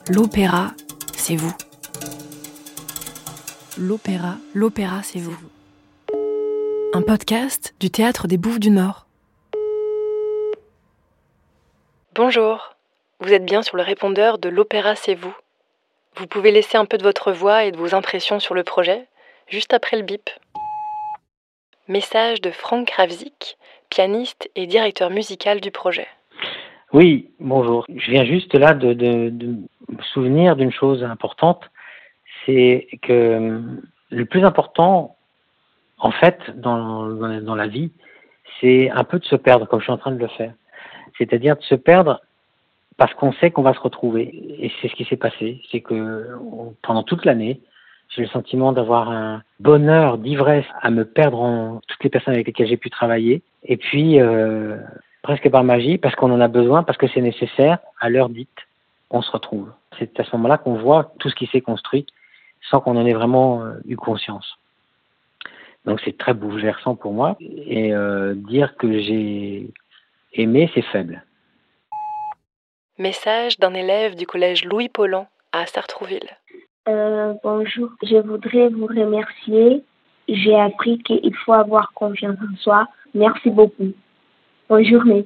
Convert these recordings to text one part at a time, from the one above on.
L'opéra, c'est vous. L'opéra, c'est vous. Un podcast du Théâtre des Bouffes du Nord. Bonjour, vous êtes bien sur le répondeur de l'Opéra, c'est vous. Vous pouvez laisser un peu de votre voix et de vos impressions sur le projet, juste après le bip. Message de Franck Kravzik, pianiste et directeur musical du projet. Oui, bonjour. Je viens juste là de me souvenir d'une chose importante, c'est que le plus important, en fait, dans la vie, c'est un peu de se perdre, comme je suis en train de le faire. C'est-à-dire de se perdre parce qu'on sait qu'on va se retrouver. Et c'est ce qui s'est passé. C'est que pendant toute l'année, j'ai le sentiment d'avoir un bonheur d'ivresse à me perdre en toutes les personnes avec lesquelles j'ai pu travailler. Et puis, presque par magie, parce qu'on en a besoin, parce que c'est nécessaire, à l'heure dite, on se retrouve. C'est à ce moment-là qu'on voit tout ce qui s'est construit sans qu'on en ait vraiment eu conscience. Donc c'est très bouleversant pour moi. Et dire que j'ai aimé, c'est faible. Message d'un élève du collège Louis Paulan à Sartrouville. Bonjour, je voudrais vous remercier. J'ai appris qu'il faut avoir confiance en soi. Merci beaucoup. Bonne journée.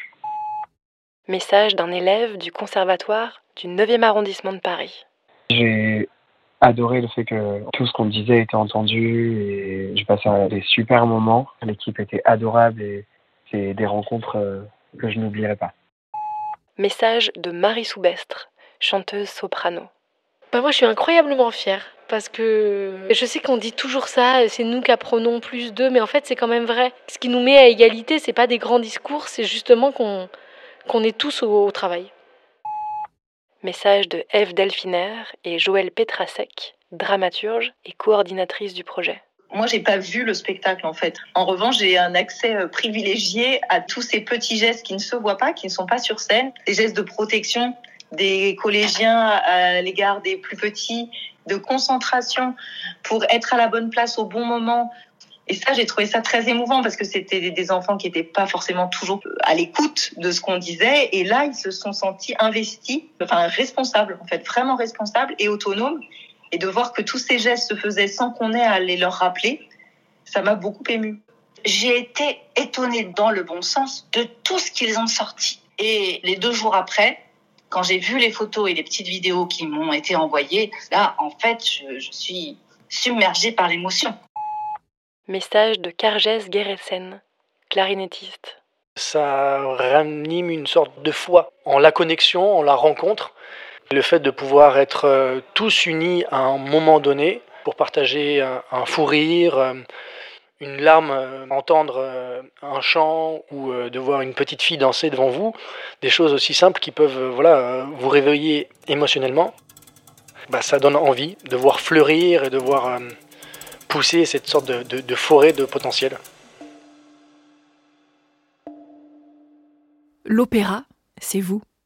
Message d'un élève du conservatoire du 9e arrondissement de Paris. J'ai adoré le fait que tout ce qu'on disait était entendu et je passais des super moments. L'équipe était adorable et c'est des rencontres que je n'oublierai pas. Message de Marie Soubestre, chanteuse soprano. Moi, je suis incroyablement fière parce que je sais qu'on dit toujours ça, c'est nous qui apprenons plus d'eux, mais en fait, c'est quand même vrai. Ce qui nous met à égalité, c'est pas des grands discours, c'est justement qu'on est tous au travail. Message de Ève Delphiner et Joëlle Petrasek, dramaturge et coordinatrice du projet. Moi, j'ai pas vu le spectacle, en fait. En revanche, j'ai un accès privilégié à tous ces petits gestes qui ne se voient pas, qui ne sont pas sur scène. Des gestes de protection des collégiens à l'égard des plus petits, de concentration pour être à la bonne place au bon moment. Et ça, j'ai trouvé ça très émouvant parce que c'était des enfants qui n'étaient pas forcément toujours à l'écoute de ce qu'on disait. Et là, ils se sont sentis investis, responsables, en fait, vraiment responsables et autonomes. Et de voir que tous ces gestes se faisaient sans qu'on ait à les leur rappeler, ça m'a beaucoup émue. J'ai été étonnée dans le bon sens de tout ce qu'ils ont sorti. Et les 2 jours après, quand j'ai vu les photos et les petites vidéos qui m'ont été envoyées, là, en fait, je suis submergée par l'émotion. Message de Karjes Geretsen, clarinettiste. Ça ranime une sorte de foi en la connexion, en la rencontre. Le fait de pouvoir être tous unis à un moment donné pour partager un fou rire, une larme, entendre un chant ou de voir une petite fille danser devant vous, des choses aussi simples qui peuvent vous réveiller émotionnellement, ça donne envie de voir fleurir et de voir pousser cette sorte de forêt de potentiel. L'opéra, c'est vous.